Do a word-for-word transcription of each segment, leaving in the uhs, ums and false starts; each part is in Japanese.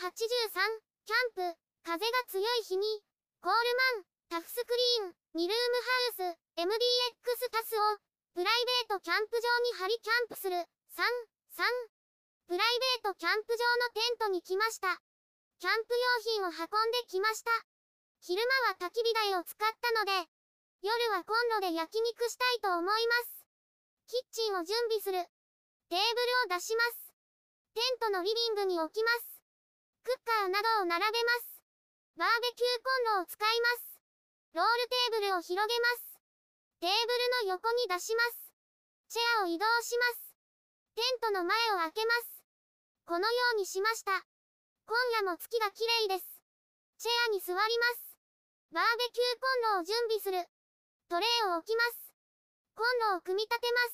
はちじゅうさん、キャンプ、風が強い日に、コールマン、タフスクリーン、にルームハウス、エムディーエックス タスを、プライベートキャンプ場に張りキャンプする、さん、さん。プライベートキャンプ場のテントに来ました。キャンプ用品を運んできました。昼間は焚き火台を使ったので、夜はコンロで焼肉したいと思います。キッチンを準備する。テーブルを出します。テントのリビングに置きます。クッカーなどを並べます。バーベキューコンロを使います。ロールテーブルを広げます。テーブルの横に出します。チェアを移動します。テントの前を開けます。このようにしました。今夜も月が綺麗です。チェアに座ります。バーベキューコンロを準備する。トレイを置きます。コンロを組み立てます。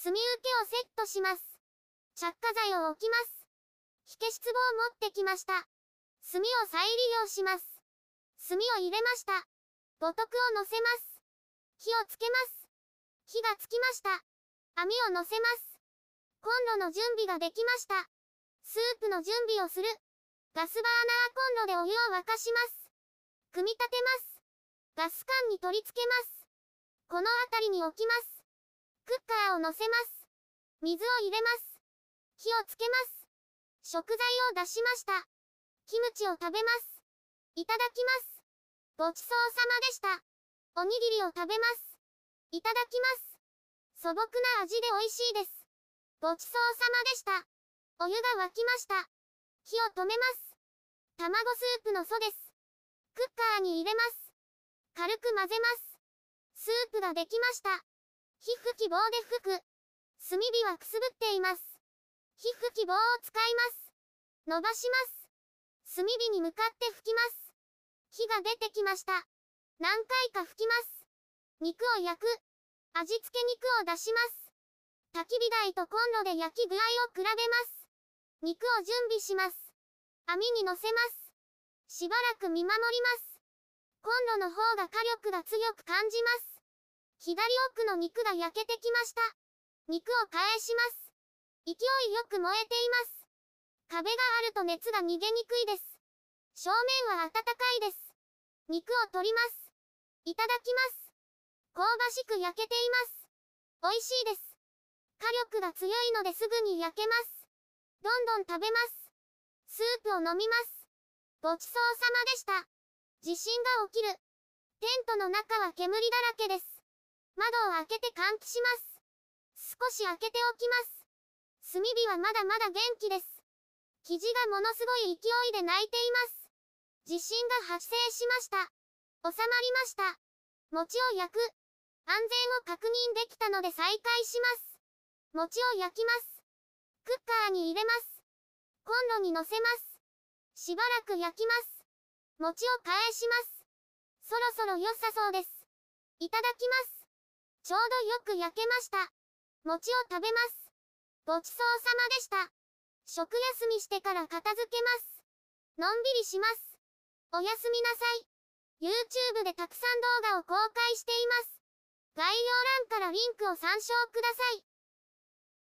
炭受けをセットします。着火剤を置きます。火消し壺を持ってきました。炭を再利用します。炭を入れました。五徳を乗せます。火をつけます。火がつきました。網を乗せます。コンロの準備ができました。スープの準備をする。ガスバーナーコンロでお湯を沸かします。組み立てます。ガス管に取り付けます。この辺りに置きます。クッカーを乗せます。水を入れます。火をつけます。食材を出しました。キムチを食べます。いただきます。ごちそうさまでした。おにぎりを食べます。いただきます。素朴な味で美味しいです。ごちそうさまでした。お湯が沸きました。火を止めます。卵スープの素です。クッカーに入れます。軽く混ぜます。スープができました。火吹き棒で吹く。炭火はくすぶっています。火吹き棒を使います。伸ばします。炭火に向かって吹きます。火が出てきました。何回か吹きます。肉を焼く。味付け肉を出します。焚き火台とコンロで焼き具合を比べます。肉を準備します。網に乗せます。しばらく見守ります。コンロの方が火力が強く感じます。左奥の肉が焼けてきました。肉を返します。勢いよく燃えています。壁があると熱が逃げにくいです。正面は温かいです。肉を取ります。いただきます。香ばしく焼けています。美味しいです。火力が強いのですぐに焼けます。どんどん食べます。スープを飲みます。ごちそうさまでした。地震が起きる。テントの中は煙だらけです。窓を開けて換気します。少し開けておきます。炭火はまだまだ元気です。生地がものすごい勢いで鳴いています。地震が発生しました。収まりました。餅を焼く。安全を確認できたので再開します。餅を焼きます。クッカーに入れます。コンロに乗せます。しばらく焼きます。餅を返します。そろそろ良さそうです。いただきます。ちょうどよく焼けました。餅を食べます。ごちそうさまでした。食休みしてから片付けます。のんびりします。おやすみなさい。YouTube でたくさん動画を公開しています。概要欄からリンクを参照ください。